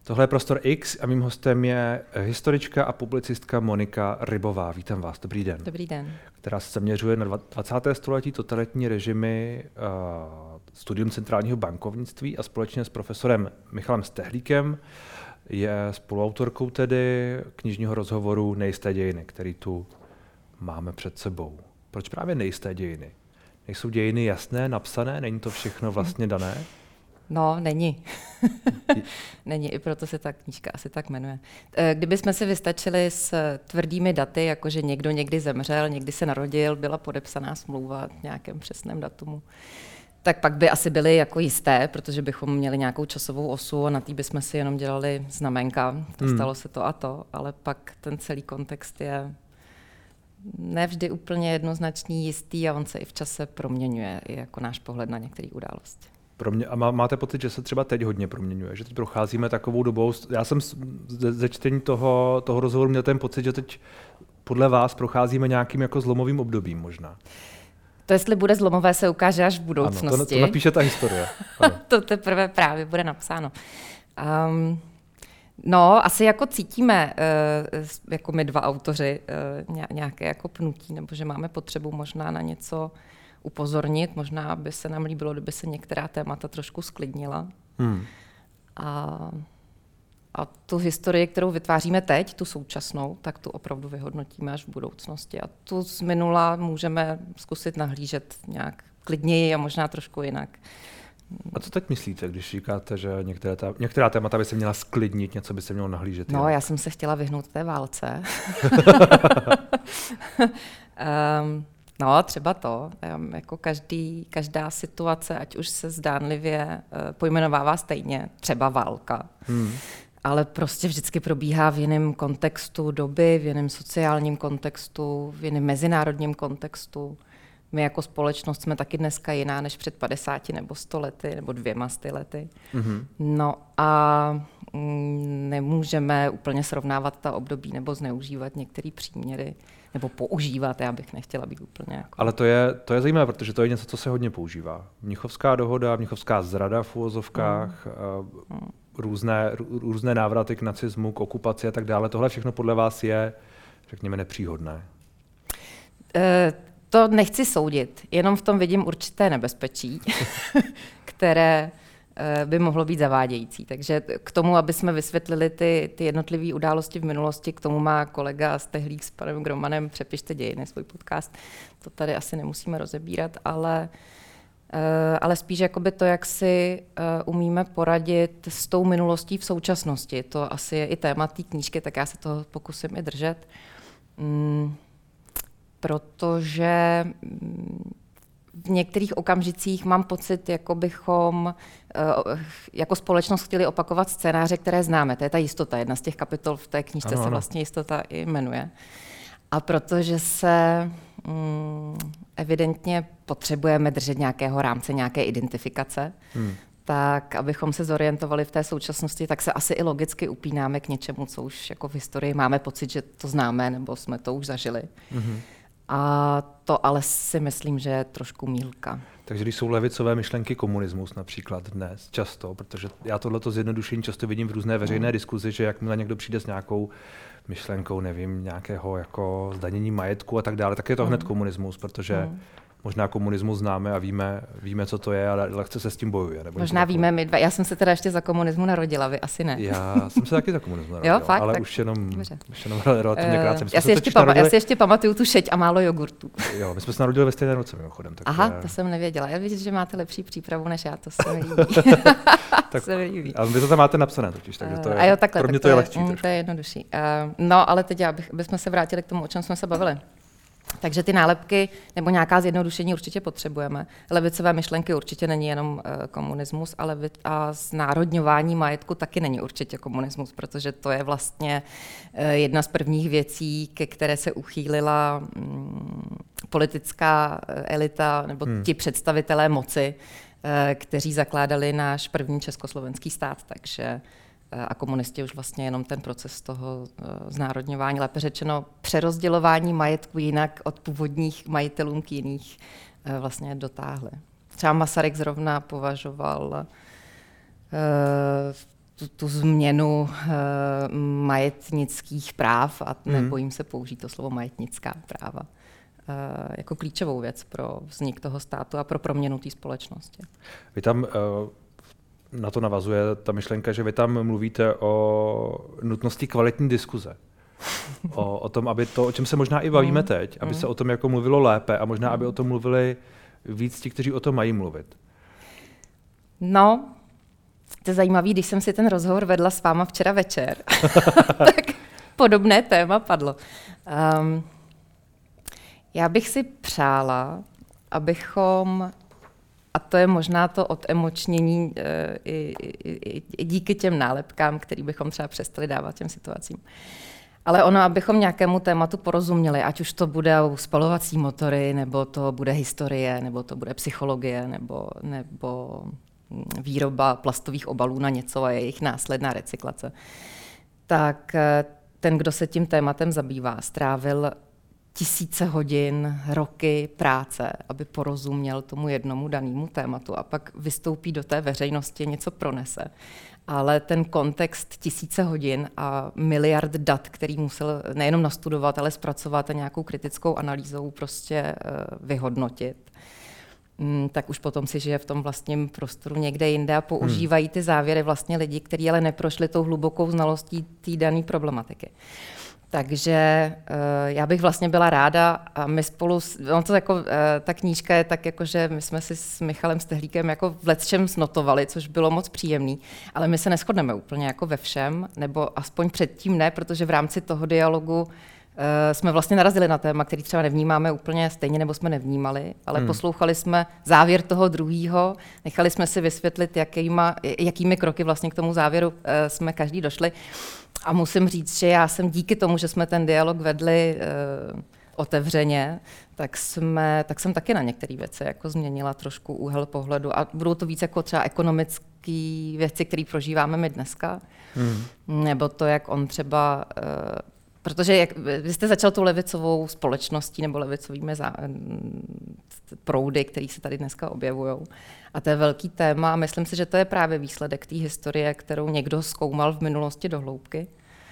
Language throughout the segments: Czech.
Tohle je Prostor X a mým hostem je historička a publicistka Monika Rybová. Vítám vás, dobrý den. Dobrý den. Která se zaměřuje na 20. století, totalitní režimy, studium centrálního bankovnictví a společně s profesorem Michalem Stehlíkem je spoluautorkou tedy knižního rozhovoru Nejisté dějiny, který tu máme před sebou. Proč právě nejisté dějiny? Nejsou dějiny jasné, napsané, není to všechno vlastně dané? No, není. Není, i proto se ta knížka asi tak jmenuje. Kdybychom si vystačili s tvrdými daty, jakože někdo někdy zemřel, někdy se narodil, byla podepsaná smlouva v nějakém přesném datumu, tak pak by asi byly jako jisté, protože bychom měli nějakou časovou osu a na té bychom si jenom dělali znamenka. Stalo se to a to, ale pak ten celý kontext je nevždy úplně jednoznačný, jistý a on se i v čase proměňuje, i jako náš pohled na některé události. A máte pocit, že se třeba teď hodně proměňuje, že teď procházíme takovou dobou, já jsem ze čtení toho rozhovoru měl ten pocit, že teď podle vás procházíme nějakým jako zlomovým obdobím možná. To jestli bude zlomové, se ukáže až v budoucnosti. Ano, to napíše ta historie. To teprve právě bude napsáno. No, asi jako cítíme, jako my dva autoři, nějaké jako pnutí, nebo že máme potřebu možná na něco upozornit, možná by se nám líbilo, kdyby se některá témata trošku sklidnila. A tu historii, kterou vytváříme teď, tu současnou, tak tu opravdu vyhodnotíme až v budoucnosti. A tu z minula můžeme zkusit nahlížet nějak klidněji a možná trošku jinak. A co teď myslíte, když říkáte, že některá témata by se měla sklidnit, něco by se mělo nahlížet? No, já jsem se chtěla vyhnout té válce. No, třeba to, jako každá situace, ať už se zdánlivě pojmenovává stejně, třeba válka, ale prostě vždycky probíhá v jiném kontextu doby, v jiném sociálním kontextu, v jiném mezinárodním kontextu. My jako společnost jsme taky dneska jiná než před 50 nebo 100 lety, nebo 200 lety. No a nemůžeme úplně srovnávat ta období nebo zneužívat některé příměry, nebo používat, já bych nechtěla být úplně jako... Ale to je zajímavé, protože to je něco, co se hodně používá. Mnichovská dohoda, mnichovská zrada v uvozovkách, různé návraty k nacismu, k okupaci a tak dále. Tohle všechno podle vás je, řekněme, nepříhodné? To nechci soudit, jenom v tom vidím určité nebezpečí, které by mohlo být zavádějící. Takže k tomu, aby jsme vysvětlili ty jednotlivé události v minulosti, k tomu má kolega Stehlík s panem Gromanem Přepište dějiny, svůj podcast. To tady asi nemusíme rozebírat, ale spíš jakoby to, jak si umíme poradit s tou minulostí v současnosti. To asi je i téma té knížky, tak já se toho pokusím i držet. Protože v některých okamžicích mám pocit, jako bychom jako společnost chtěli opakovat scénáře, které známe. To je ta jistota. Jedna z těch kapitol v té knížce se vlastně jistota i jmenuje. A protože se evidentně potřebujeme držet nějakého rámce, nějaké identifikace, tak abychom se zorientovali v té současnosti, tak se asi i logicky upínáme k něčemu, co už jako v historii máme pocit, že to známe, nebo jsme to už zažili. A to ale si myslím, že je trošku mýlka. Takže když jsou levicové myšlenky komunismus například dnes, často, protože já tohleto zjednodušení často vidím v různé veřejné diskuzi, že jakmile někdo přijde s nějakou myšlenkou, nevím, nějakého jako zdanění majetku a tak dále, tak je to hned komunismus, protože možná komunismus známe a víme, co to je, ale lehce se s tím bojuje. Nebo možná víme my dva. Já jsem se teda ještě za komunismu narodila, vy asi ne. Já jsem se taky za komunismu narodila, jo, fakt, ale tak už jenom relativně krátce. Já si ještě pamatuju tu šeť a málo jogurtu. Jo, my jsme se narodili ve stejné roce mimochodem. Tak aha, to jsem nevěděla. Já vidím, že máte lepší přípravu než já, to se mi líbí. Tak, ale vy to tam máte napsané totiž, takže to je, takhle, pro mě to je lehčí. To je jednodušší. No, ale teď bychom se vrátili k tomu, o čem jsme se bavili. Takže ty nálepky nebo nějaká zjednodušení určitě potřebujeme. Levicové myšlenky určitě není jenom komunismus, ale a znárodňování majetku taky není určitě komunismus, protože to je vlastně jedna z prvních věcí, ke které se uchýlila politická elita nebo ti představitelé moci, kteří zakládali náš první československý stát, takže a komunisti už vlastně jenom ten proces toho znárodňování, lépe řečeno přerozdělování majetku jinak od původních majitelů k jiných vlastně dotáhli. Třeba Masaryk zrovna považoval tu změnu majetnických práv, a nebojím se použít to slovo majetnická práva, jako klíčovou věc pro vznik toho státu a pro proměnu té společnosti. Vy tam, na to navazuje ta myšlenka, že vy tam mluvíte o nutnosti kvalitní diskuze. O tom, aby to, o čem se možná i bavíme teď, aby se o tom jako mluvilo lépe a možná, aby o tom mluvili víc ti, kteří o tom mají mluvit. No, to je zajímavé, když jsem si ten rozhovor vedla s váma včera večer, tak podobné téma padlo. Já bych si přála, abychom, a to je možná to odemočnění i díky těm nálepkám, který bychom třeba přestali dávat těm situacím, ale ono, abychom nějakému tématu porozuměli, ať už to bude spalovací motory, nebo to bude historie, nebo to bude psychologie, nebo výroba plastových obalů na něco a jejich následná recyklace, tak ten, kdo se tím tématem zabývá, strávil tisíce hodin, roky práce, aby porozuměl tomu jednomu danému tématu a pak vystoupí do té veřejnosti, něco pronese. Ale ten kontext tisíce hodin a miliard dat, který musel nejenom nastudovat, ale zpracovat a nějakou kritickou analýzou prostě vyhodnotit, tak už potom si žije v tom vlastním prostoru někde jinde a používají ty závěry vlastně lidi, kteří ale neprošli tou hlubokou znalostí té dané problematiky. Takže já bych vlastně byla ráda a my spolu, ta knížka je tak jako, že my jsme si s Michalem Stehlíkem jako v lecčem znotovali, což bylo moc příjemný, ale my se neshodneme úplně jako ve všem, nebo aspoň předtím ne, protože v rámci toho dialogu jsme vlastně narazili na téma, který třeba nevnímáme úplně stejně, nebo jsme nevnímali, ale poslouchali jsme závěr toho druhýho, nechali jsme si vysvětlit, jakými kroky vlastně k tomu závěru jsme každý došli. A musím říct, že já jsem díky tomu, že jsme ten dialog vedli otevřeně, tak jsem taky na některé věci jako změnila trošku úhel pohledu a budou to víc jako třeba ekonomické věci, které prožíváme my dneska, nebo to, jak on třeba, protože vy jste začal tou levicovou společností nebo levicovými proudy, které se tady dneska objevují. A to je velký téma a myslím si, že to je právě výsledek té historie, kterou někdo zkoumal v minulosti do hloubky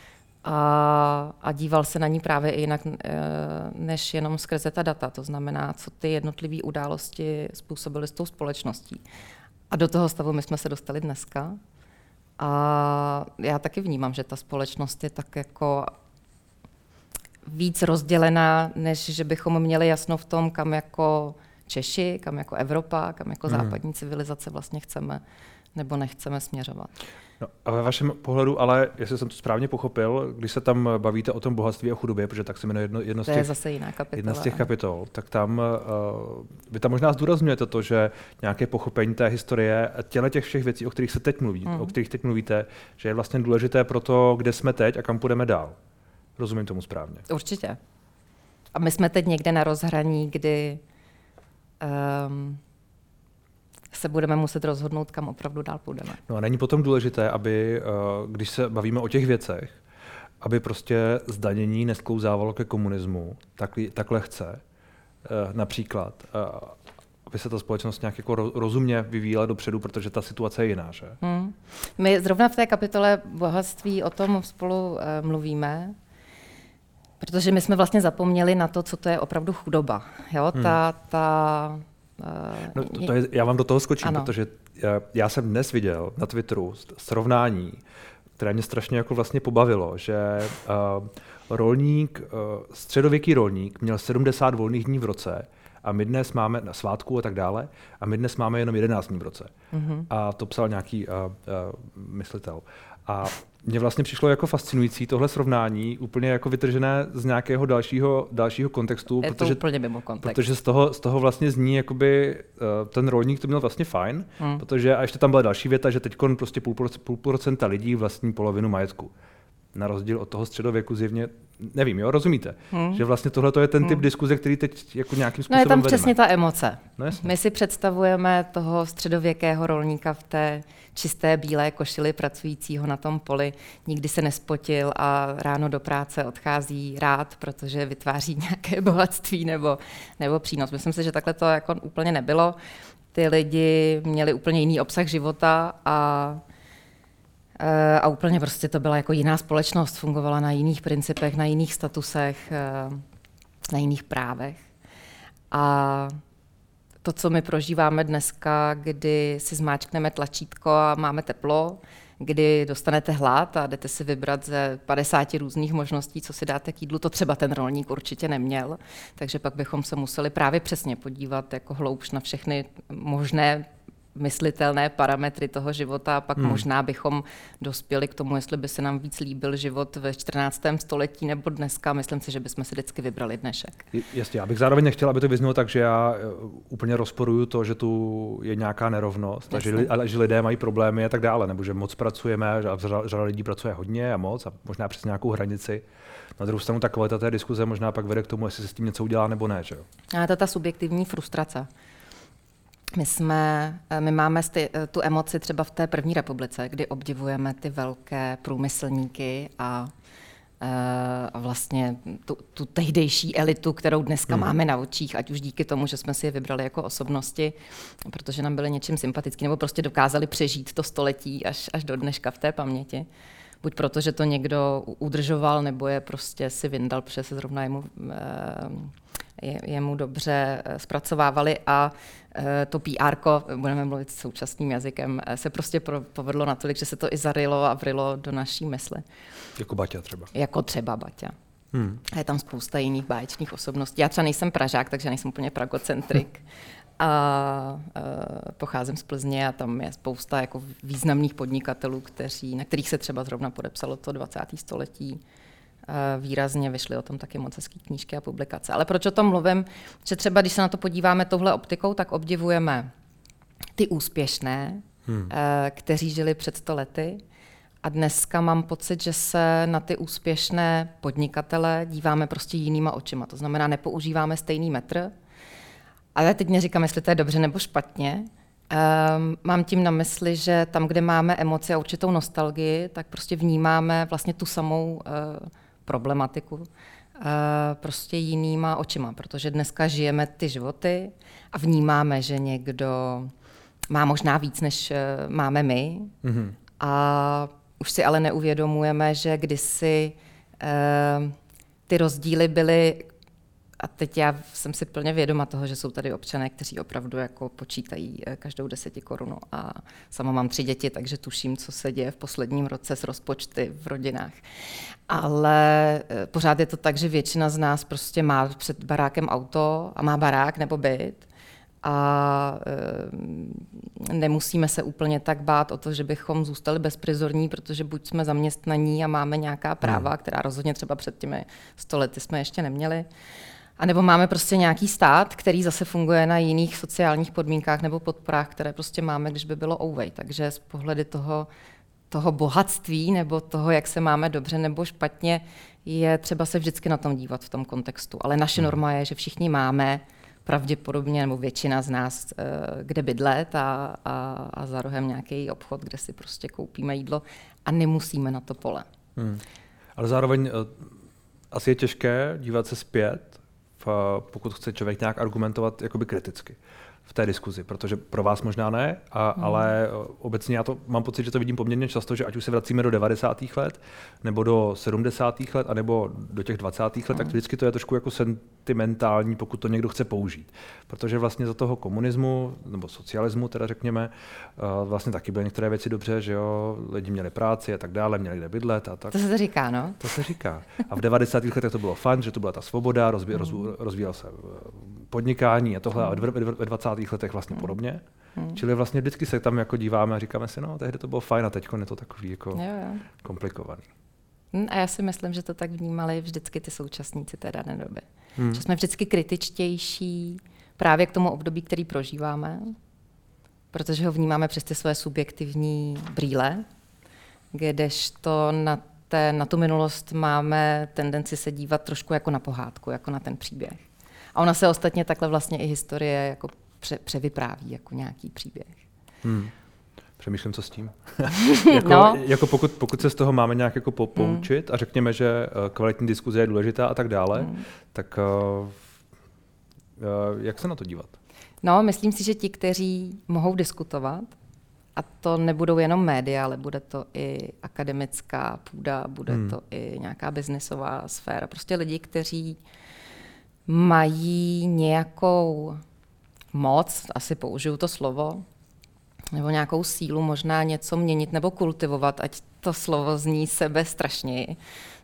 a díval se na ní právě i jinak, než jenom skrze ta data. To znamená, co ty jednotlivé události způsobily s tou společností. A do toho stavu my jsme se dostali dneska. A já taky vnímám, že ta společnost je tak jako víc rozdělená, než že bychom měli jasno v tom, kam jako Češi, kam jako Evropa, kam jako západní civilizace vlastně chceme nebo nechceme směřovat. No, a ve vašem pohledu, ale jestli jsem to správně pochopil, když se tam bavíte o tom bohatství a chudobě, protože tak se jmenuje jedna z těch kapitol, tak tam vy tam možná zdůrazňujete to, že nějaké pochopení té historie, těch všech věcí, o kterých se teď mluví, o kterých teď mluvíte, že je vlastně důležité pro to, kde jsme teď a kam půjdeme dál. Rozumím tomu správně. Určitě. A my jsme teď někde na rozhraní, kdy se budeme muset rozhodnout, kam opravdu dál půjdeme. No a není potom důležité, aby, když se bavíme o těch věcech, aby prostě zdanění nesklouzávalo ke komunismu tak lehce, například, aby se ta společnost nějak jako rozumně vyvíjela dopředu, protože ta situace je jiná, že? My zrovna v té kapitole bohatství o tom spolu mluvíme, protože my jsme vlastně zapomněli na to, co to je opravdu chudoba. Jo? Já vám do toho skočím, protože já jsem dnes viděl na Twitteru srovnání, které mě strašně jako vlastně pobavilo, že středověký rolník měl 70 volných dní v roce a my dnes máme na svátku a tak dále a my dnes máme jenom 11 dní v roce. A to psal nějaký myslitel. A mně vlastně přišlo jako fascinující tohle srovnání, úplně jako vytržené z nějakého dalšího kontextu. Je to úplně mimo kontext. Protože z toho vlastně zní, jakoby ten rolník to měl vlastně fajn, protože a ještě tam byla další věta, že teď prostě 0,5% lidí vlastní polovinu majetku. Na rozdíl od toho středověku zjevně, nevím, jo, rozumíte? Že vlastně tohle je ten typ diskuze, který teď jako nějakým způsobem je tam vedeme. Přesně ta emoce. No, my si představujeme toho středověkého rolníka v té čisté bílé košili pracujícího na tom poli, nikdy se nespotil a ráno do práce odchází rád, protože vytváří nějaké bohatství nebo přínos. Myslím si, že takhle to jako úplně nebylo. Ty lidi měli úplně jiný obsah života a A úplně prostě to byla jako jiná společnost, fungovala na jiných principech, na jiných statusech, na jiných právech. A to, co my prožíváme dneska, kdy si zmáčkneme tlačítko a máme teplo, kdy dostanete hlad a jdete si vybrat ze 50 různých možností, co si dáte k jídlu, to třeba ten rolník určitě neměl. Takže pak bychom se museli právě přesně podívat jako hloubš na všechny možné myslitelné parametry toho života a pak možná bychom dospěli k tomu, jestli by se nám víc líbil život ve 14. století nebo dneska. Myslím si, že bychom si vždycky vybrali dnešek. Jasně, já bych zároveň nechtěl, aby to vyznělo tak, že já úplně rozporuju to, že tu je nějaká nerovnost, ale že lidé mají problémy a tak dále, nebo že moc pracujeme, a řada lidí pracuje hodně a moc a možná přes nějakou hranici. Na druhou stranu ta kvalita té diskuze možná pak vede k tomu, jestli se s tím něco udělá nebo ne. Že jo? A to je ta subjektivní frustrace. My máme tu emoci třeba v té první republice, kdy obdivujeme ty velké průmyslníky a vlastně tu tehdejší elitu, kterou dneska máme na očích, ať už díky tomu, že jsme si je vybrali jako osobnosti, protože nám byly něčím sympatický, nebo prostě dokázali přežít to století až do dneška v té paměti. Buď proto, že to někdo udržoval, nebo je prostě si vyndal, protože se zrovna jemu dobře zpracovávali a to PR-ko, budeme mluvit současným jazykem, se prostě povedlo natolik, že se to i zarylo a vrylo do naší mysli. Jako Baťa třeba. Jako třeba Baťa. A je tam spousta jiných báječných osobností. Já třeba nejsem Pražák, takže nejsem úplně pragocentrik. A pocházím z Plzně a tam je spousta jako významných podnikatelů, na kterých se třeba zrovna podepsalo to 20. století. Výrazně vyšly o tom taky moc hezký knížky a publikace. Ale proč o tom mluvím? Že třeba, když se na to podíváme touhle optikou, tak obdivujeme ty úspěšné, kteří žili před 100 lety. A dneska mám pocit, že se na ty úspěšné podnikatele díváme prostě jinýma očima. To znamená, nepoužíváme stejný metr. Ale teď neříkám, jestli to je dobře nebo špatně. Mám tím na mysli, že tam, kde máme emoci a určitou nostalgii, tak prostě vnímáme vlastně tu samou problematiku prostě jinýma očima, protože dneska žijeme ty životy a vnímáme, že někdo má možná víc, než máme my. A už si ale neuvědomujeme, že kdysi ty rozdíly byly. A teď já jsem si plně vědoma toho, že jsou tady občané, kteří opravdu jako počítají každou 10 korunu. A sama mám 3 děti, takže tuším, co se děje v posledním roce s rozpočty v rodinách. Ale pořád je to tak, že většina z nás prostě má před barákem auto a má barák nebo byt. A nemusíme se úplně tak bát o to, že bychom zůstali bezprizorní, protože buď jsme zaměstnaní a máme nějaká práva, která rozhodně třeba před těmi 100 lety jsme ještě neměli. A nebo máme prostě nějaký stát, který zase funguje na jiných sociálních podmínkách nebo podporách, které prostě máme, když by bylo ouvej. Takže z pohledu toho bohatství nebo toho, jak se máme dobře nebo špatně, je třeba se vždycky na tom dívat v tom kontextu. Ale naše norma je, že všichni máme pravděpodobně, nebo většina z nás, kde bydlet a za rohem nějaký obchod, kde si prostě koupíme jídlo a nemusíme na to pole. Ale zároveň asi je těžké dívat se zpět, pokud chce člověk nějak argumentovat jakoby kriticky v té diskuzi, protože pro vás možná ne, ale obecně já to mám pocit, že to vidím poměrně často, že ať už se vracíme do 90. let, nebo do 70. let, anebo do těch 20. let, tak vždycky to je trošku jako sentimentální, pokud to někdo chce použít. Protože vlastně za toho komunismu, nebo socialismu teda řekněme, vlastně taky byly některé věci dobře, že jo, lidi měli práci a tak dále, měli kde bydlet a tak. To se říká, no? To se říká. A v 90. letech to bylo fajn, že to byla ta svoboda, rozvíjel se podnikání a tohle, a ve 20. letech vlastně podobně. Čili vlastně vždycky se tam jako díváme a říkáme si, no, tehdy to bylo fajn a teď je to takový jako komplikovaný. A já si myslím, že to tak vnímali vždycky ty současníci té dané doby. Že jsme vždycky kritičtější právě k tomu období, který prožíváme, protože ho vnímáme přes ty své subjektivní brýle, kdežto na tu minulost máme tendenci se dívat trošku jako na pohádku, jako na ten příběh. A ona se ostatně takhle vlastně i historie jako převypráví jako nějaký příběh. Přemýšlím, co s tím. jako pokud se z toho máme nějak jako poučit a řekněme, že kvalitní diskuze je důležitá a tak dále, tak jak se na to dívat? No, myslím si, že ti, kteří mohou diskutovat A to nebudou jenom média, ale bude to i akademická půda, bude to i nějaká biznisová sféra. Prostě lidi, kteří mají nějakou moc, asi použiju to slovo, nebo nějakou sílu možná něco měnit nebo kultivovat, ať to slovo zní sebe strašněji,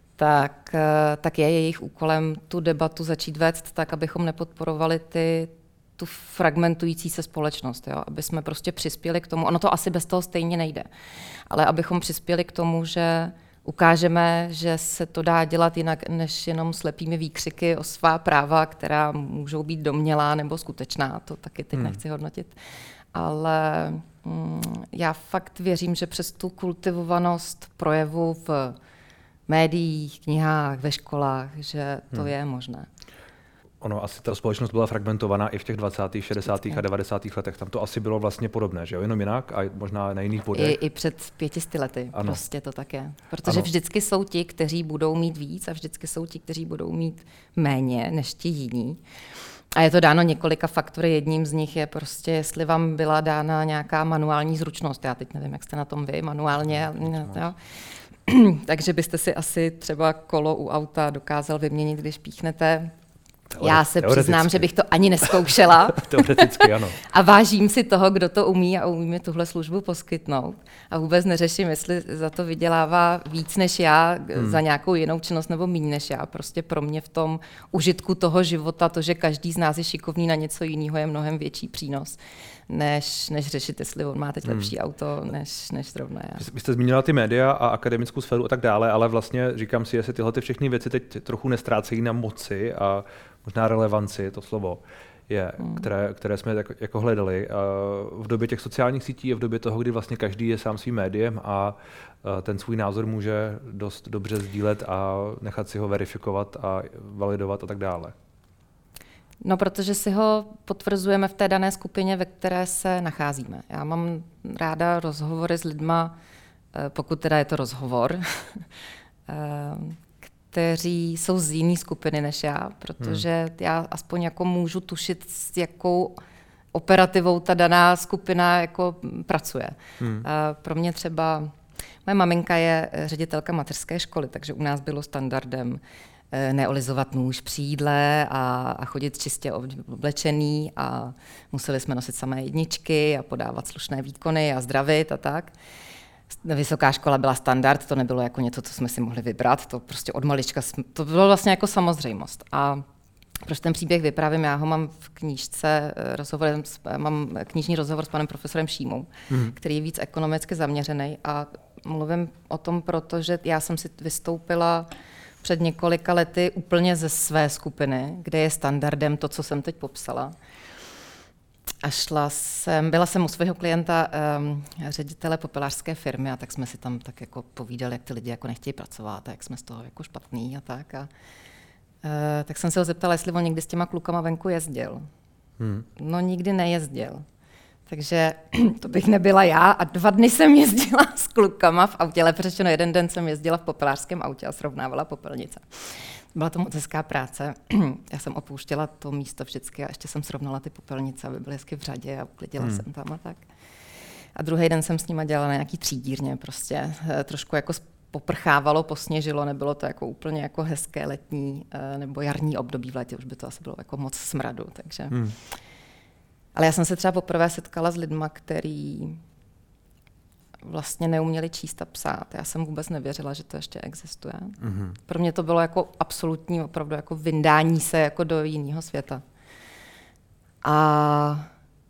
tak je jejich úkolem tu debatu začít vést tak, abychom nepodporovali tu fragmentující se společnost, jo? Aby jsme prostě přispěli k tomu, ono to asi bez toho stejně nejde, ale abychom přispěli k tomu, že ukážeme, že se to dá dělat jinak, než jenom slepými výkřiky o svá práva, která můžou být domnělá nebo skutečná, to taky teď nechci hodnotit. Ale já fakt věřím, že přes tu kultivovanost projevu v médiích, knihách, ve školách, že to je možné. Ono asi ta společnost byla fragmentovaná i v těch 20., 60. a 90. letech. Tam to asi bylo vlastně podobné, že jo? Jenom jinak a možná na jiných bodech. I před 500 lety. Ano. Prostě to tak je. Protože vždycky jsou ti, kteří budou mít víc a vždycky jsou ti, kteří budou mít méně než ti jiní. A je to dáno několika faktory. Jedním z nich je prostě, jestli vám byla dána nějaká manuální zručnost. Já teď nevím, jak jste na tom vy, manuálně. Jo. Takže byste si asi třeba kolo u auta dokázal vyměnit, když píchnete. Já se přiznám, že bych to ani neskoušela. Teoreticky ano. A vážím si toho, kdo to umí a umí mi tuhle službu poskytnout. A vůbec neřeším, jestli za to vydělává víc než já, za nějakou jinou činnost nebo méně než já. Prostě pro mě v tom užitku toho života, to, že každý z nás je šikovný na něco jiného, je mnohem větší přínos, než řešit, jestli on má teď lepší auto, než zrovna já. Vy jste zmínila ty média a akademickou sféru a tak dále, ale vlastně říkám si, jestli tyhle všechny věci teď trochu nestrácejí na moci a možná relevanci, to slovo je, které jsme jako hledali v době těch sociálních sítí a v době toho, kdy vlastně každý je sám svým médiem a ten svůj názor může dost dobře sdílet a nechat si ho verifikovat a validovat a tak dále. No, protože si ho potvrzujeme v té dané skupině, ve které se nacházíme. Já mám ráda rozhovory s lidma, pokud teda je to rozhovor, kteří jsou z jiné skupiny než já, protože já aspoň jako můžu tušit, s jakou operativou ta daná skupina jako pracuje. Pro mě třeba, moje maminka je ředitelka mateřské školy, takže u nás bylo standardem neolizovat nůž při jídle a chodit čistě oblečený a museli jsme nosit samé jedničky a podávat slušné výkony a zdravit a tak. Vysoká škola byla standard, to nebylo jako něco, co jsme si mohli vybrat, to prostě od malička, to bylo vlastně jako samozřejmost. A proč ten příběh vyprávím, já ho mám v knížce, mám knižní rozhovor s panem profesorem Šímou, který je víc ekonomicky zaměřený a mluvím o tom, protože já jsem si vystoupila před několika lety úplně ze své skupiny, kde je standardem to, co jsem teď popsala. A byla jsem u svého klienta, ředitele popelářské firmy, a tak jsme si tam tak jako povídali, jak ty lidi jako nechtějí pracovat a jak jsme z toho jako špatný a tak. Tak jsem se ho zeptala, jestli on někdy s těma klukama venku jezdil. No nikdy nejezdil. Takže to bych nebyla já a 2 dny jsem jezdila s klukama v autě, ale řečeno 1 den jsem jezdila v popelářském autě a srovnávala popelnice. Byla to moc hezká práce. Já jsem opouštěla to místo vždycky a ještě jsem srovnala ty popelnice, aby byly hezky v řadě a uklidila jsem tam a tak. A druhý den jsem s nima dělala na nějaký třídírně, prostě trošku jako poprchávalo, posněžilo, nebylo to jako úplně jako hezké letní nebo jarní období, v létě už by to asi bylo jako moc smradu, takže... Ale já jsem se třeba poprvé setkala s lidma, který vlastně neuměli číst a psát. Já jsem vůbec nevěřila, že to ještě existuje. Pro mě to bylo jako absolutní opravdu jako vyndání se jako do jiného světa. A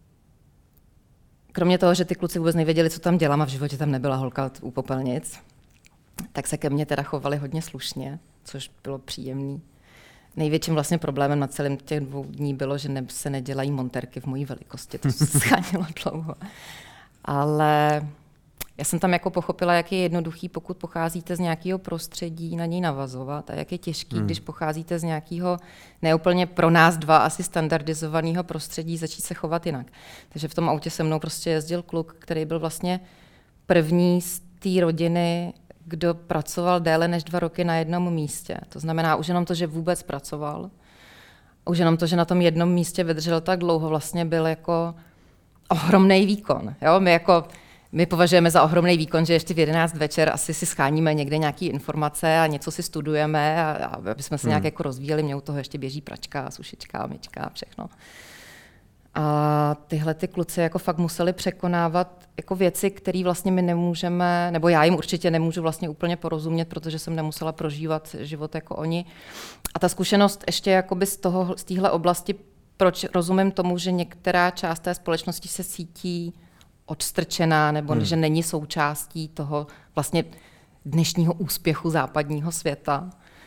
kromě toho, že ty kluci vůbec nevěděli, co tam dělám a v životě tam nebyla holka u popelnic, tak se ke mně teda chovali hodně slušně, což bylo příjemný. Největším vlastně problémem na celém těch 2 dní bylo, že se nedělají montérky v mojí velikosti, to se schánilo dlouho. Ale já jsem tam jako pochopila, jak je jednoduchý, pokud pocházíte z nějakého prostředí, na něj navazovat a jak je těžký, když pocházíte z nějakého neúplně pro nás 2 asi standardizovaného prostředí, začít se chovat jinak. Takže v tom autě se mnou prostě jezdil kluk, který byl vlastně první z té rodiny, kdo pracoval déle než 2 roky na jednom místě. To znamená už jenom to, že vůbec pracoval, už jenom to, že na tom jednom místě vydržel tak dlouho, vlastně byl jako ohromný výkon. Jo? My jako my považujeme za ohromný výkon, že ještě v 11 večer asi si scháníme někde nějaké informace a něco si studujeme, a aby jsme se nějak jako rozvíjeli, mě u toho ještě běží pračka, sušička, myčka, všechno. A tyhle ty kluci jako fakt museli překonávat jako věci, které vlastně my nemůžeme, nebo já jim určitě nemůžu vlastně úplně porozumět, protože jsem nemusela prožívat život jako oni. A ta zkušenost ještě jakoby z téhle oblasti, proč rozumím tomu, že některá část té společnosti se cítí odstrčená, nebo že není součástí toho vlastně dnešního úspěchu západního světa.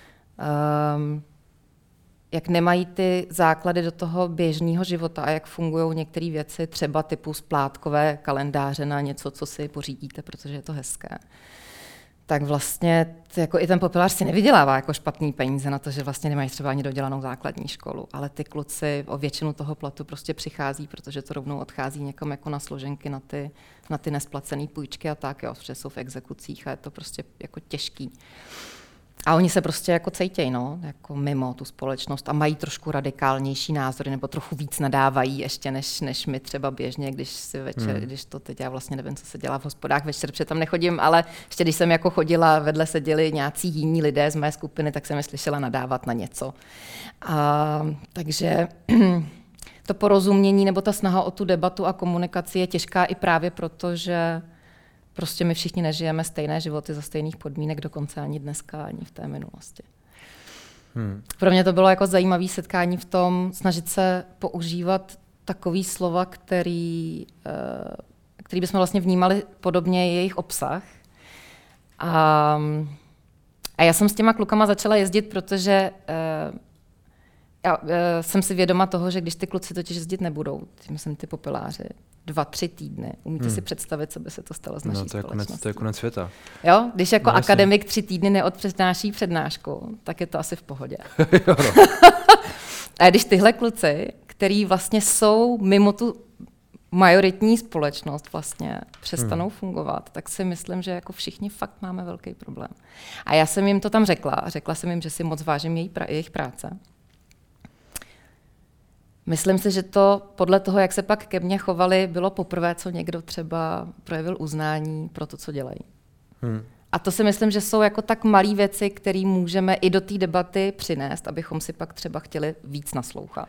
Jak nemají ty základy do toho běžného života a jak fungují některé věci, třeba typu splátkové kalendáře na něco, co si pořídíte, protože je to hezké. Tak vlastně jako i ten popelář si nevydělává jako špatný peníze na to, že vlastně nemají třeba ani dodělanou základní školu, ale ty kluci o většinu toho platu prostě přichází, protože to rovnou odchází někam jako na složenky, na ty nesplacené půjčky a tak, jo, protože jsou v exekucích a je to prostě jako těžký. A oni se prostě jako cejtějí, no, jako mimo tu společnost a mají trošku radikálnější názory nebo trochu víc nadávají ještě než my třeba běžně, když si večer, když to teď já vlastně nevím, co se dělá v hospodách večer, protože tam nechodím, ale ještě když jsem jako chodila, vedle seděli nějací jiní lidé z mé skupiny, tak jsem je slyšela nadávat na něco. Takže to porozumění nebo ta snaha o tu debatu a komunikaci je těžká i právě proto, že prostě my všichni nežijeme stejné životy za stejných podmínek, dokonce ani dneska, ani v té minulosti. Pro mě to bylo jako zajímavé setkání v tom, snažit se používat takový slova, který bychom vlastně vnímali podobně jejich obsah. A já jsem s těma klukama začala jezdit, protože já jsem si vědoma toho, že když ty kluci totiž jezdit nebudou, myslím ty popeláři, 2-3 týdny. Umíte si představit, co by se to stalo s naší společností? To je konec světa. Jo? Když jako akademik 3 týdny neodpřednáší přednášku, tak je to asi v pohodě. A když tyhle kluci, který vlastně jsou mimo tu majoritní společnost vlastně přestanou fungovat, tak si myslím, že jako všichni fakt máme velký problém. A já jsem jim to tam řekla jsem jim, že si moc vážím jejich práce. Myslím si, že to podle toho, jak se pak ke mně chovali, bylo poprvé, co někdo třeba projevil uznání pro to, co dělají. A to si myslím, že jsou jako tak malé věci, které můžeme i do té debaty přinést, abychom si pak třeba chtěli víc naslouchat.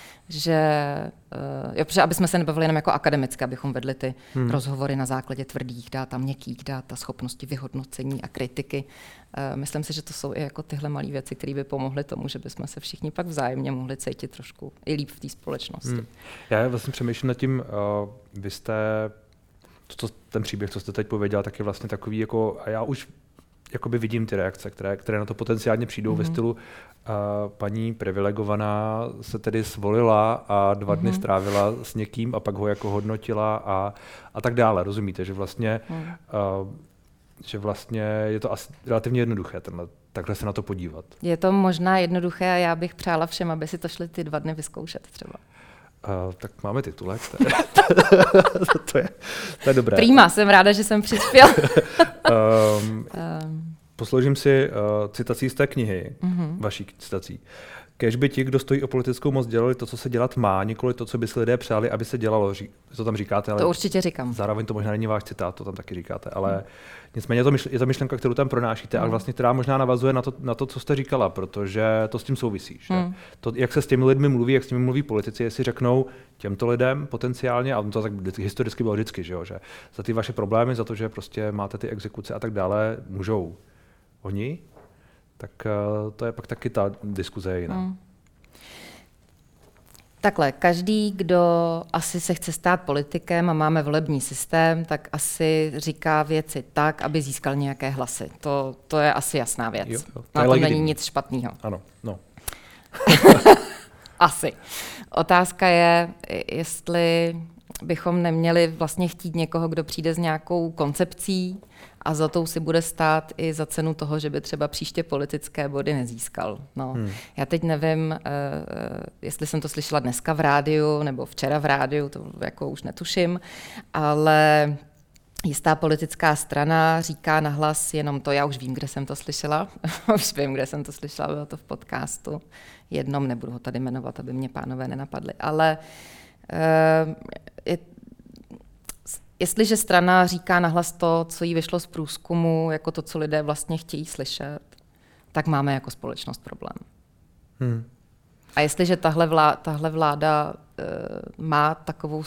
Protože aby jsme se nebavili jenom jako akademicky, abychom vedli ty rozhovory na základě tvrdých dat a měkkých dat a schopnosti vyhodnocení a kritiky. Myslím si, že to jsou i jako tyhle malé věci, které by pomohly tomu, že bychom se všichni pak vzájemně mohli cítit trošku i líp v té společnosti. Já vlastně přemýšlím nad tím, vy jste, ten příběh, co jste teď pověděla, tak je vlastně takový, jako, a já už jakoby vidím ty reakce, které na to potenciálně přijdou ve stylu paní privilegovaná se tedy svolila a 2 dny strávila s někým a pak ho jako hodnotila a tak dále. Rozumíte, že vlastně je to asi relativně jednoduché takhle se na to podívat. Je to možná jednoduché a já bych přála všem, aby si to šli ty 2 dny vyzkoušet třeba. Tak máme titulek. To je dobré. Prýma, jsem ráda, že jsem přispěl. Posloužím si citací z té knihy, vaší citací. Kéž by ti, kdo stojí o politickou moc, dělali to, co se dělat má, nikoli to, co by si lidé přáli, aby se dělalo. To tam říkáte, ale to určitě říkám. Zároveň to možná není váš citát, to tam taky říkáte, ale nicméně je to myšlenka, kterou tam pronášíte, a vlastně která možná navazuje na to, co jste říkala, protože to s tím souvisí. Že? To, jak se s těmi lidmi mluví, jak s nimi mluví politici, jestli řeknou těmto lidem potenciálně, a to tak historicky bylo vždycky, že za ty vaše problémy, za to, že prostě máte ty exekuce a tak dále, můžou oni, tak to je pak taky ta diskuze jiná. Takhle, každý, kdo asi se chce stát politikem a máme volební systém, tak asi říká věci tak, aby získal nějaké hlasy. To je asi jasná věc. Jo. Na tom není nic špatného. Ano, no. Asi. Otázka je, jestli bychom neměli vlastně chtít někoho, kdo přijde s nějakou koncepcí a za tou si bude stát i za cenu toho, že by třeba příště politické body nezískal. No. Já teď nevím, jestli jsem to slyšela dneska v rádiu nebo včera v rádiu, to jako už netuším, ale jistá politická strana říká nahlas jenom to, já už vím, kde jsem to slyšela, už vím, kde jsem to slyšela, bylo to v podcastu jednom, nebudu ho tady jmenovat, aby mě pánové nenapadli, ale jestliže strana říká nahlas to, co jí vyšlo z průzkumu, jako to, co lidé vlastně chtějí slyšet, tak máme jako společnost problém. A jestliže tahle vláda má takovou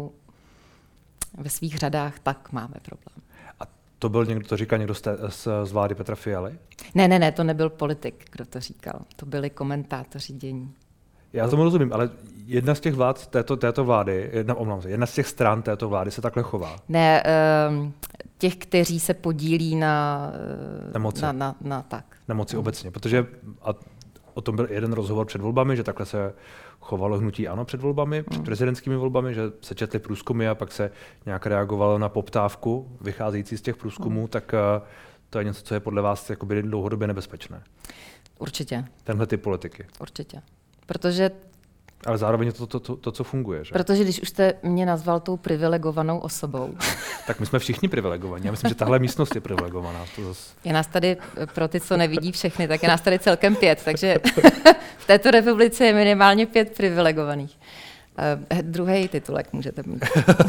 ve svých řadách, tak máme problém. A to byl někdo, to říká někdo z vlády Petra Fialy? Ne, to nebyl politik, kdo to říkal. To byli komentátoři dění. Já tomu rozumím, ale jedna z těch vlád této vlády, jedna z těch stran této vlády se takhle chová. Ne, těch, kteří se podílí na moci. Na moci obecně, protože o tom byl jeden rozhovor před volbami, že takhle se chovalo hnutí ANO před volbami, před prezidentskými volbami, že se četly průzkumy a pak se nějak reagovalo na poptávku vycházející z těch průzkumů, tak to je něco, co je podle vás jakoby dlouhodobě nebezpečné. Určitě. Tenhle typ politiky. Určitě. Protože ale zároveň je to, co funguje, že? Protože když už jste mě nazval tou privilegovanou osobou. Tak my jsme všichni privilegovaní. Já myslím, že tahle místnost je privilegovaná. Je nás tady, pro ty, co nevidí všechny, tak je nás tady celkem 5, takže v této republice je minimálně 5 privilegovaných. Druhý titulek můžete mít.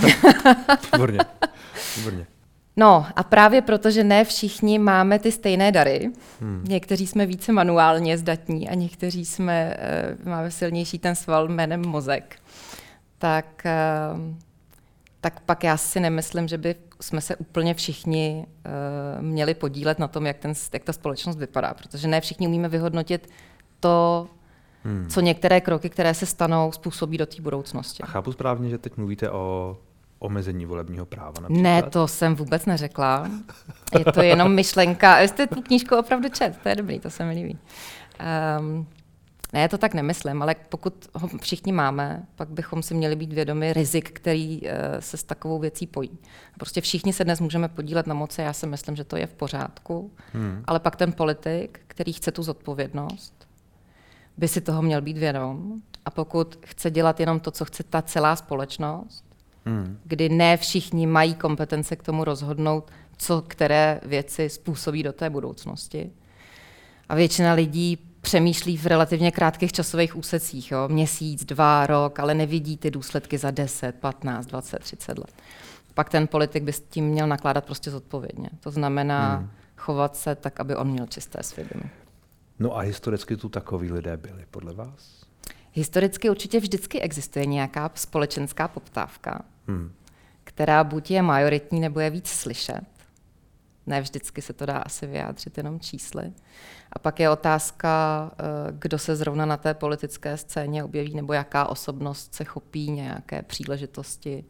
Výborně. No a právě proto, že ne všichni máme ty stejné dary, někteří jsme více manuálně zdatní a někteří máme silnější ten sval jménem mozek, tak pak já si nemyslím, že by jsme se úplně všichni měli podílet na tom, jak ta společnost vypadá, protože ne všichni umíme vyhodnotit to, co některé kroky, které se stanou, způsobí do té budoucnosti. A chápu správně, že teď mluvíte o omezení volebního práva například? Ne, to jsem vůbec neřekla. Je to jenom myšlenka. Vy jste tu knížku opravdu čet, to je dobrý, to se mi líbí. Ne, to tak nemyslím, ale pokud ho všichni máme, pak bychom si měli být vědomi rizik, který se s takovou věcí pojí. Prostě všichni se dnes můžeme podílet na moci, já si myslím, že to je v pořádku, ale pak ten politik, který chce tu zodpovědnost, by si toho měl být vědom. A pokud chce dělat jenom to, co chce ta celá společnost, kdy ne všichni mají kompetence k tomu rozhodnout, co které věci způsobí do té budoucnosti. A většina lidí přemýšlí v relativně krátkých časových úsecích, měsíc, 2, rok, ale nevidí ty důsledky za 10, 15, 20, 30 let. Pak ten politik by s tím měl nakládat prostě zodpovědně. To znamená chovat se tak, aby on měl čisté svědomí. No a historicky tu takoví lidé byli, podle vás? Historicky určitě vždycky existuje nějaká společenská poptávka, která buď je majoritní, nebo je víc slyšet. Ne vždycky se to dá asi vyjádřit jenom čísly. A pak je otázka, kdo se zrovna na té politické scéně objeví, nebo jaká osobnost se chopí nějaké příležitosti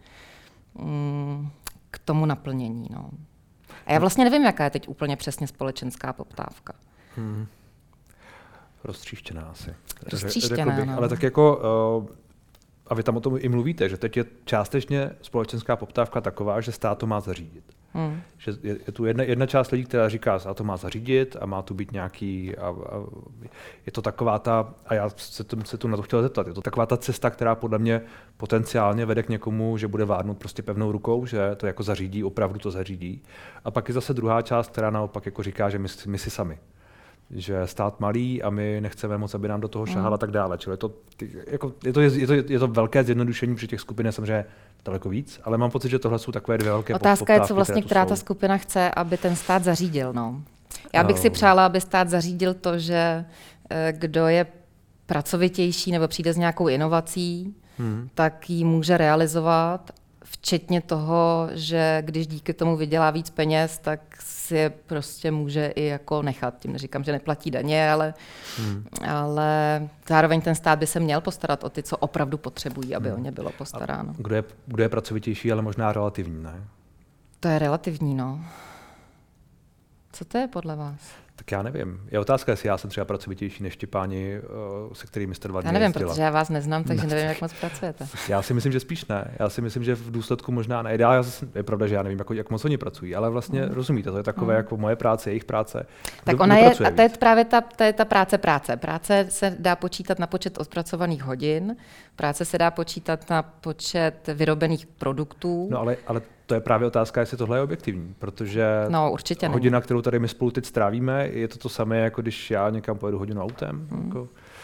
k tomu naplnění. No. A já vlastně nevím, jaká je teď úplně přesně společenská poptávka. Roztříštěná asi. Roztříštěná, no. Ale tak jako, a vy tam o tom i mluvíte, že teď je částečně společenská poptávka taková, že stát to má zařídit. Že je tu jedna část lidí, která říká, že stát to má zařídit a má tu být nějaký, a je to taková ta, a já se tu na to chtěl zeptat, je to taková ta cesta, která podle mě potenciálně vede k někomu, že bude vládnout prostě pevnou rukou, že to jako zařídí, opravdu to zařídí. A pak je zase druhá část, která naopak jako říká, že my si sami. Že stát malý a my nechceme moc, aby nám do toho šahal a tak dále. Čili je to velké zjednodušení, při těch skupin je samozřejmě daleko víc, ale mám pocit, že tohle jsou takové dvě velké poptávky. Otázka je, co vlastně která ta skupina chce, aby ten stát zařídil. No. Já bych si přála, aby stát zařídil to, že kdo je pracovitější nebo přijde s nějakou inovací, tak ji může realizovat, včetně toho, že když díky tomu vydělá víc peněz, tak si je prostě může i jako nechat. Tím neříkám, že neplatí daně, ale zároveň ten stát by se měl postarat o ty, co opravdu potřebují, aby o ně bylo postaráno. A kdo je pracovitější, ale možná relativní, ne? To je relativní, no. Co to je podle vás? Tak já nevím. Je otázka, jestli já jsem třeba pracovitější než ti páni, se kterými jste 2 dny Já nevím, jezdila. protože já vás neznám, takže nevím, jak moc pracujete. Já si myslím, že spíš ne. Já si myslím, že v důsledku možná ne. Je pravda, že já nevím, jak moc oni pracují, ale vlastně rozumíte, to je takové jako moje práce, jejich práce. Tak ona je, a to je právě ta práce. Práce se dá počítat na počet odpracovaných hodin, práce se dá počítat na počet vyrobených produktů. No ale to je právě otázka, jestli tohle je objektivní, protože určitě hodina, není. kterou tady my spolu teď strávíme, je to samé, jako když já někam pojedu hodinu autem. Jako.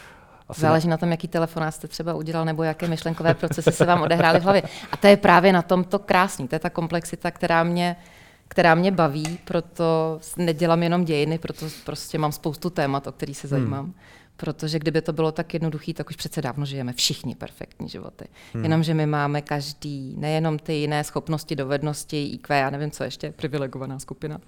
Záleží na tom, jaký telefonát jste třeba udělal, nebo jaké myšlenkové procesy se vám odehrály v hlavě. A to je právě na tom to krásný, to je ta komplexita, která mě baví, proto nedělám jenom dějiny, proto prostě mám spoustu témat, o kterých se zajímám. Protože kdyby to bylo tak jednoduchý, tak už přece dávno žijeme všichni perfektní životy. Jenomže my máme každý, nejenom ty jiné schopnosti, dovednosti, IQ, já nevím, co ještě, privilegovaná skupina,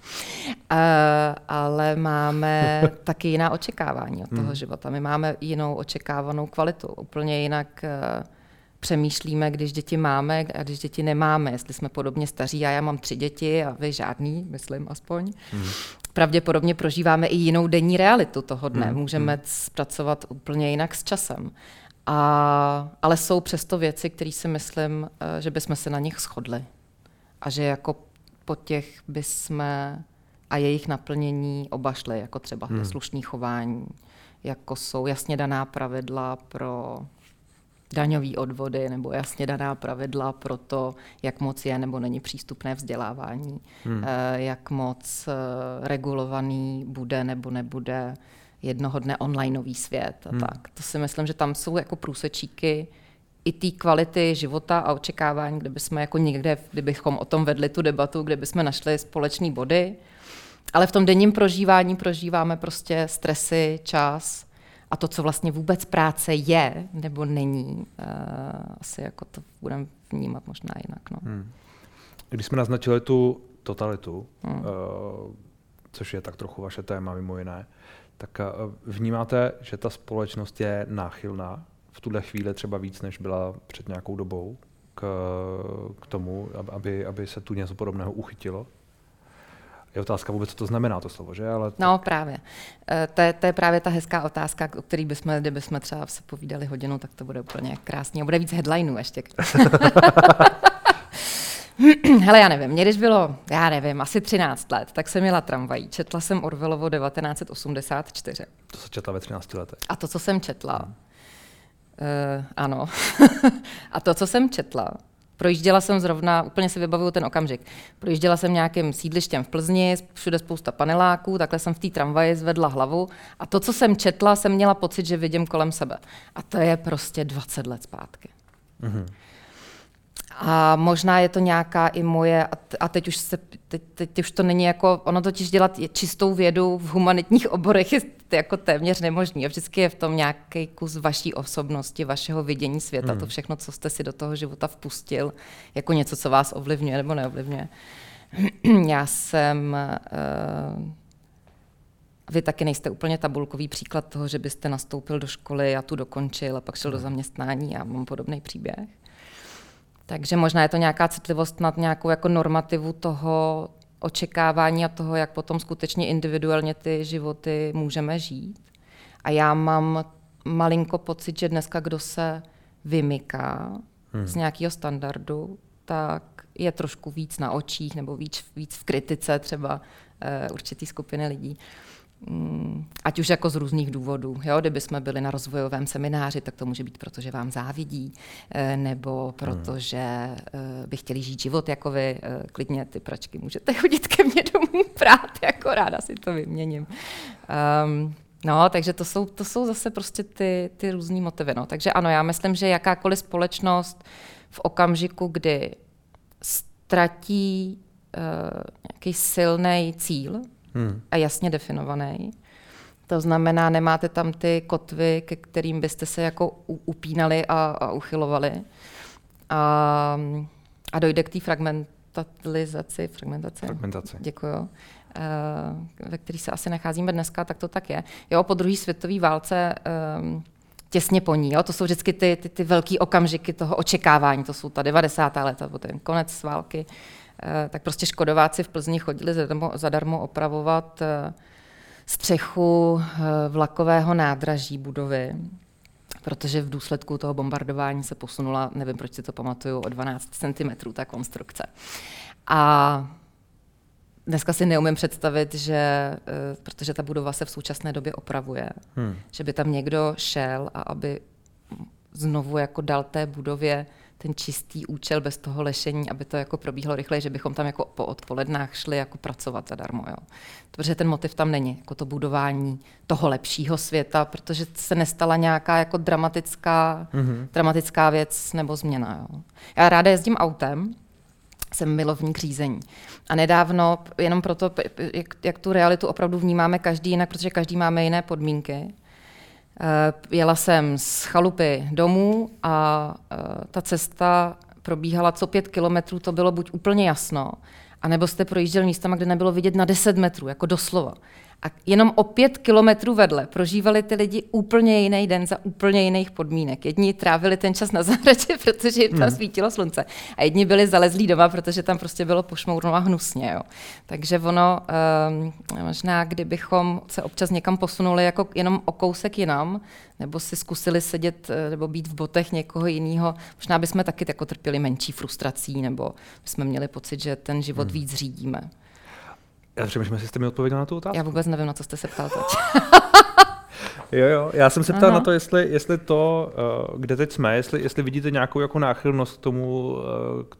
ale máme taky jiná očekávání od toho života. My máme jinou očekávanou kvalitu, úplně jinak přemýšlíme, když děti máme a když děti nemáme, jestli jsme podobně staří, já mám 3 děti a vy žádný, myslím aspoň. Pravděpodobně prožíváme i jinou denní realitu toho dne. Můžeme zpracovat úplně jinak s časem. Ale jsou přesto věci, které si myslím, že bychom se na nich shodli. A že jako po těch bychom a jejich naplnění obašli, jako třeba to slušné chování, jako jsou jasně daná pravidla pro daňové odvody nebo jasně daná pravidla pro to, jak moc je nebo není přístupné vzdělávání, jak moc regulovaný bude nebo nebude jednoho dne onlineový svět a tak. To si myslím, že tam jsou jako průsečíky i té kvality života a očekávání, kde bychom jako někde, kdybychom o tom vedli tu debatu, kde bychom našli společný body, ale v tom denním prožívání prožíváme prostě stresy, čas, a to, co vlastně vůbec práce je, nebo není, asi jako to budeme vnímat možná jinak. No. Když jsme naznačili tu totalitu, což je tak trochu vaše téma mimo jiné, tak vnímáte, že ta společnost je náchylná v tuhle chvíli třeba víc, než byla před nějakou dobou k tomu, aby se tu něco podobného uchytilo? Je otázka vůbec, co to znamená to slovo, že? Ale no právě. To je právě ta hezká otázka, o který kdybychom třeba se povídali hodinu, tak to bude úplně krásný. A bude víc headlineů ještě. Hele, já nevím, mě když bylo, asi 13 let, tak jsem jela tramvají. Četla jsem Orwellovo 1984. To se četla ve 13 letech. A to, co jsem četla, ano, a to, co jsem četla, projížděla jsem zrovna, úplně si vybavuju ten okamžik, projížděla jsem nějakým sídlištěm v Plzni, všude spousta paneláků, takhle jsem v té tramvaji zvedla hlavu a to, co jsem četla, jsem měla pocit, že vidím kolem sebe. A to je prostě 20 let zpátky. A možná je to nějaká i moje, a teď už to není jako, ono totiž dělat čistou vědu v humanitních oborech je jako téměř nemožný. A vždycky je v tom nějaký kus vaší osobnosti, vašeho vidění světa, to všechno, co jste si do toho života vpustil, jako něco, co vás ovlivňuje nebo neovlivňuje. Já jsem... Vy taky nejste úplně tabulkový příklad toho, že byste nastoupil do školy a tu dokončil a pak šel do zaměstnání. Já mám podobný příběh. Takže možná je to nějaká citlivost nad nějakou jako normativu toho očekávání a toho, jak potom skutečně individuálně ty životy můžeme žít. A já mám malinko pocit, že dneska, kdo se vymyká z nějakého standardu, tak je trošku víc na očích nebo víc v kritice třeba určitý skupiny lidí. Ať už jako z různých důvodů. Jo? Kdyby jsme byli na rozvojovém semináři, tak to může být proto, že vám závidí, nebo protože by chtěli žít život jako vy. Klidně ty pračky můžete chodit ke mně domů prát, jako ráda si to vyměním. No, takže to jsou zase prostě ty různý motivy. No. Takže ano, já myslím, že jakákoliv společnost v okamžiku, kdy ztratí nějaký silný cíl, a jasně definovaný. To znamená, nemáte tam ty kotvy, ke kterým byste se jako upínali a uchylovali. A dojde k té fragmentaci. Děkuju. Ve který se asi nacházíme dneska, tak to tak je. Jo, po druhé světové válce těsně po ní. Jo? To jsou vždycky ty velký okamžiky toho očekávání. To jsou ta 90. léta, ten konec války. Tak prostě škodováci v Plzni chodili zadarmo opravovat střechu vlakového nádraží budovy, protože v důsledku toho bombardování se posunula, nevím, proč si to pamatuju, o 12 cm ta konstrukce. A dneska si neumím představit, že, protože ta budova se v současné době opravuje, že by tam někdo šel a aby znovu jako dal té budově ten čistý účel bez toho lešení, aby to jako probíhalo rychleji, že bychom tam jako po odpolednách šli jako pracovat zadarmo. Jo. Protože ten motiv tam není, jako to budování toho lepšího světa, protože se nestala nějaká jako dramatická věc nebo změna. Jo. Já ráda jezdím autem, jsem milovník řízení. A nedávno, jenom proto, jak tu realitu opravdu vnímáme každý jinak, protože každý máme jiné podmínky, jela jsem z chalupy domů a ta cesta probíhala co 5 kilometrů, to bylo buď úplně jasno, anebo jste projížděl místama, kde nebylo vidět na 10 metrů, jako doslova. A jenom o 5 kilometrů vedle prožívali ty lidi úplně jiný den za úplně jiných podmínek. Jedni trávili ten čas na zahradě, protože jim tam svítilo slunce. A jedni byli zalezlí doma, protože tam prostě bylo pošmourno a hnusně. Jo. Takže ono, možná kdybychom se občas někam posunuli jako jenom o kousek jinam, nebo si zkusili sedět nebo být v botech někoho jiného, možná bychom taky jako trpěli menší frustrací, nebo bychom měli pocit, že ten život víc řídíme. Já přemýšlím, jestli jste mi odpověděl na tu otázku. Já vůbec nevím, na co jste se ptal teď. Jo, já jsem se ptal na to, jestli to, kde teď jsme, jestli vidíte nějakou jako náchylnost k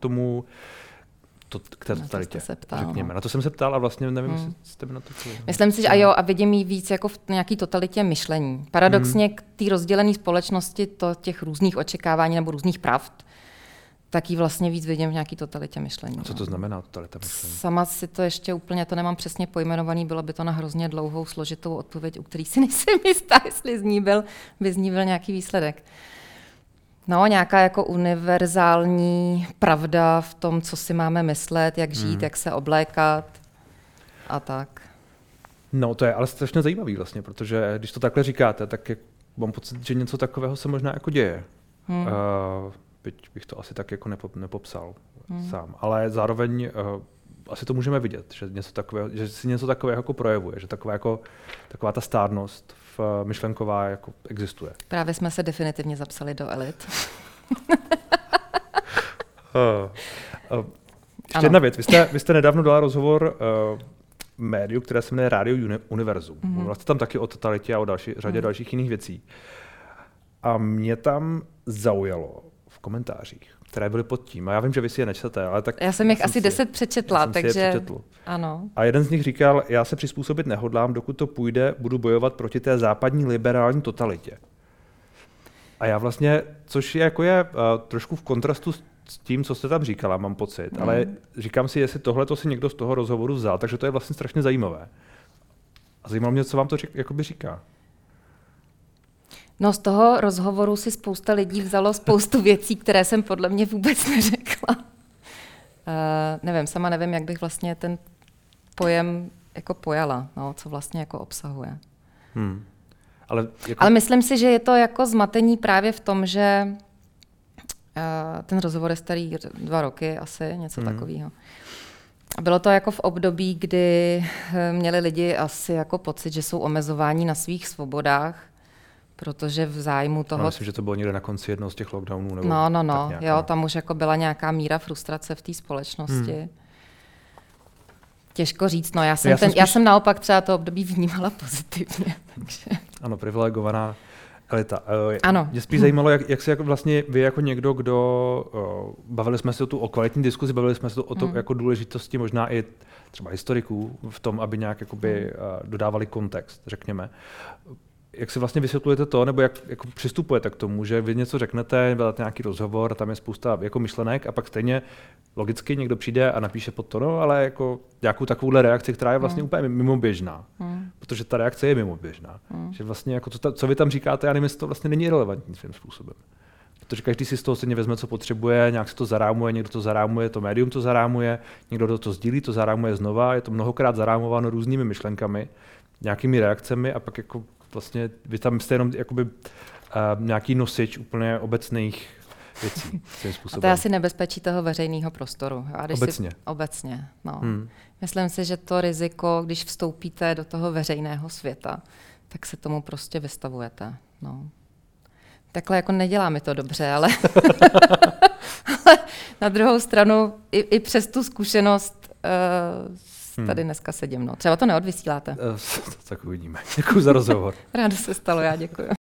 k té totalitě, řekněme. Na to jsem se ptal a vlastně nevím, jestli jste mi na to odpověděl. Myslím si, že a vidím jí víc jako v nějaký totalitě myšlení. Paradoxně k té rozdělené společnosti těch různých očekávání nebo různých pravd, tak ji vlastně víc vidím v nějaký totalitě myšlení. A co to znamená totalita myšlení? Sama si to ještě úplně, to nemám přesně pojmenovaný, bylo by to na hrozně dlouhou, složitou odpověď, u který si nejsem jistá, jestli by z ní byl nějaký výsledek. No, nějaká jako univerzální pravda v tom, co si máme myslet, jak žít, jak se oblékat a tak. No, to je ale strašně zajímavý vlastně, protože když to takhle říkáte, tak mám pocit, že něco takového se možná jako děje. Byť bych to asi tak jako nepopsal sám. Ale zároveň asi to můžeme vidět, že si něco takového jako projevuje, že taková ta stárnost myšlenková jako existuje. Právě jsme se definitivně zapsali do elit. Ještě jedna věc. Vy jste nedávno dala rozhovor médiu, které se jmenuje Radio Univerzum. Mluvila jste tam taky o totalitě a o řadě dalších jiných věcí. A mě tam zaujalo v komentářích, které byly pod tím. A já vím, že vy si je nečtete, ale tak... Já jsem jich asi 10 přečetla, takže... Ano. A jeden z nich říkal, já se přizpůsobit nehodlám, dokud to půjde, budu bojovat proti té západní liberální totalitě. A já vlastně, což je trošku v kontrastu s tím, co jste tam říkala, mám pocit, ale říkám si, jestli tohle to si někdo z toho rozhovoru vzal, takže to je vlastně strašně zajímavé. A zajímalo mě, co vám to jakoby říká. No, z toho rozhovoru si spousta lidí vzalo spoustu věcí, které jsem podle mě vůbec neřekla. Nevím, sama nevím, jak bych vlastně ten pojem jako pojala, no, co vlastně jako obsahuje. Ale myslím si, že je to jako zmatení právě v tom, že ten rozhovor je starý 2 roky asi, něco takového. Bylo to jako v období, kdy měli lidi asi jako pocit, že jsou omezováni na svých svobodách, protože v zájmu toho... Myslím, že to bylo někde na konci jednoho z těch lockdownů. Nebo No, jo, tam už jako byla nějaká míra frustrace v té společnosti. Těžko říct, no já jsem naopak třeba to období vnímala pozitivně. Takže... Ano, privilegovaná elita. Ano. Mě spíš zajímalo, jak se jako vlastně vy jako někdo, kdo... bavili jsme se o kvalitní diskuzi, bavili jsme se o tom jako důležitosti možná i třeba historiků v tom, aby nějak jakoby dodávali kontext, řekněme. Jak si vlastně vysvětlujete to, nebo jak jako přistupujete k tomu, že vy něco řeknete, děláte nějaký rozhovor, tam je spousta jako myšlenek a pak stejně logicky někdo přijde a napíše pod to, no, ale jako nějakou takovouhle reakci, která je vlastně úplně mimoběžná. Protože ta reakce je mimoběžná. Že vlastně jako co vy tam říkáte, já nevím, jestli to vlastně není relevantní svým způsobem. Protože každý si z toho stejně vezme, co potřebuje, nějak se to zarámuje, někdo to zarámuje, to médium to zarámuje, někdo to sdílí, to zarámuje znova, je to mnohokrát zarámováno různými myšlenkami, nějakými reakcemi a pak jako vlastně vy tam jste jenom jakoby nějaký nosič úplně obecných věcí. A to je asi nebezpečí toho veřejného prostoru. Obecně? No. Myslím si, že to riziko, když vstoupíte do toho veřejného světa, tak se tomu prostě vystavujete. No. Takhle jako nedělá mi to dobře, ale na druhou stranu i přes tu zkušenost tady dneska sedím. No. Třeba to neodvysíláte. Tak uvidíme. Děkuji za rozhovor. Rádo se stalo, já děkuji.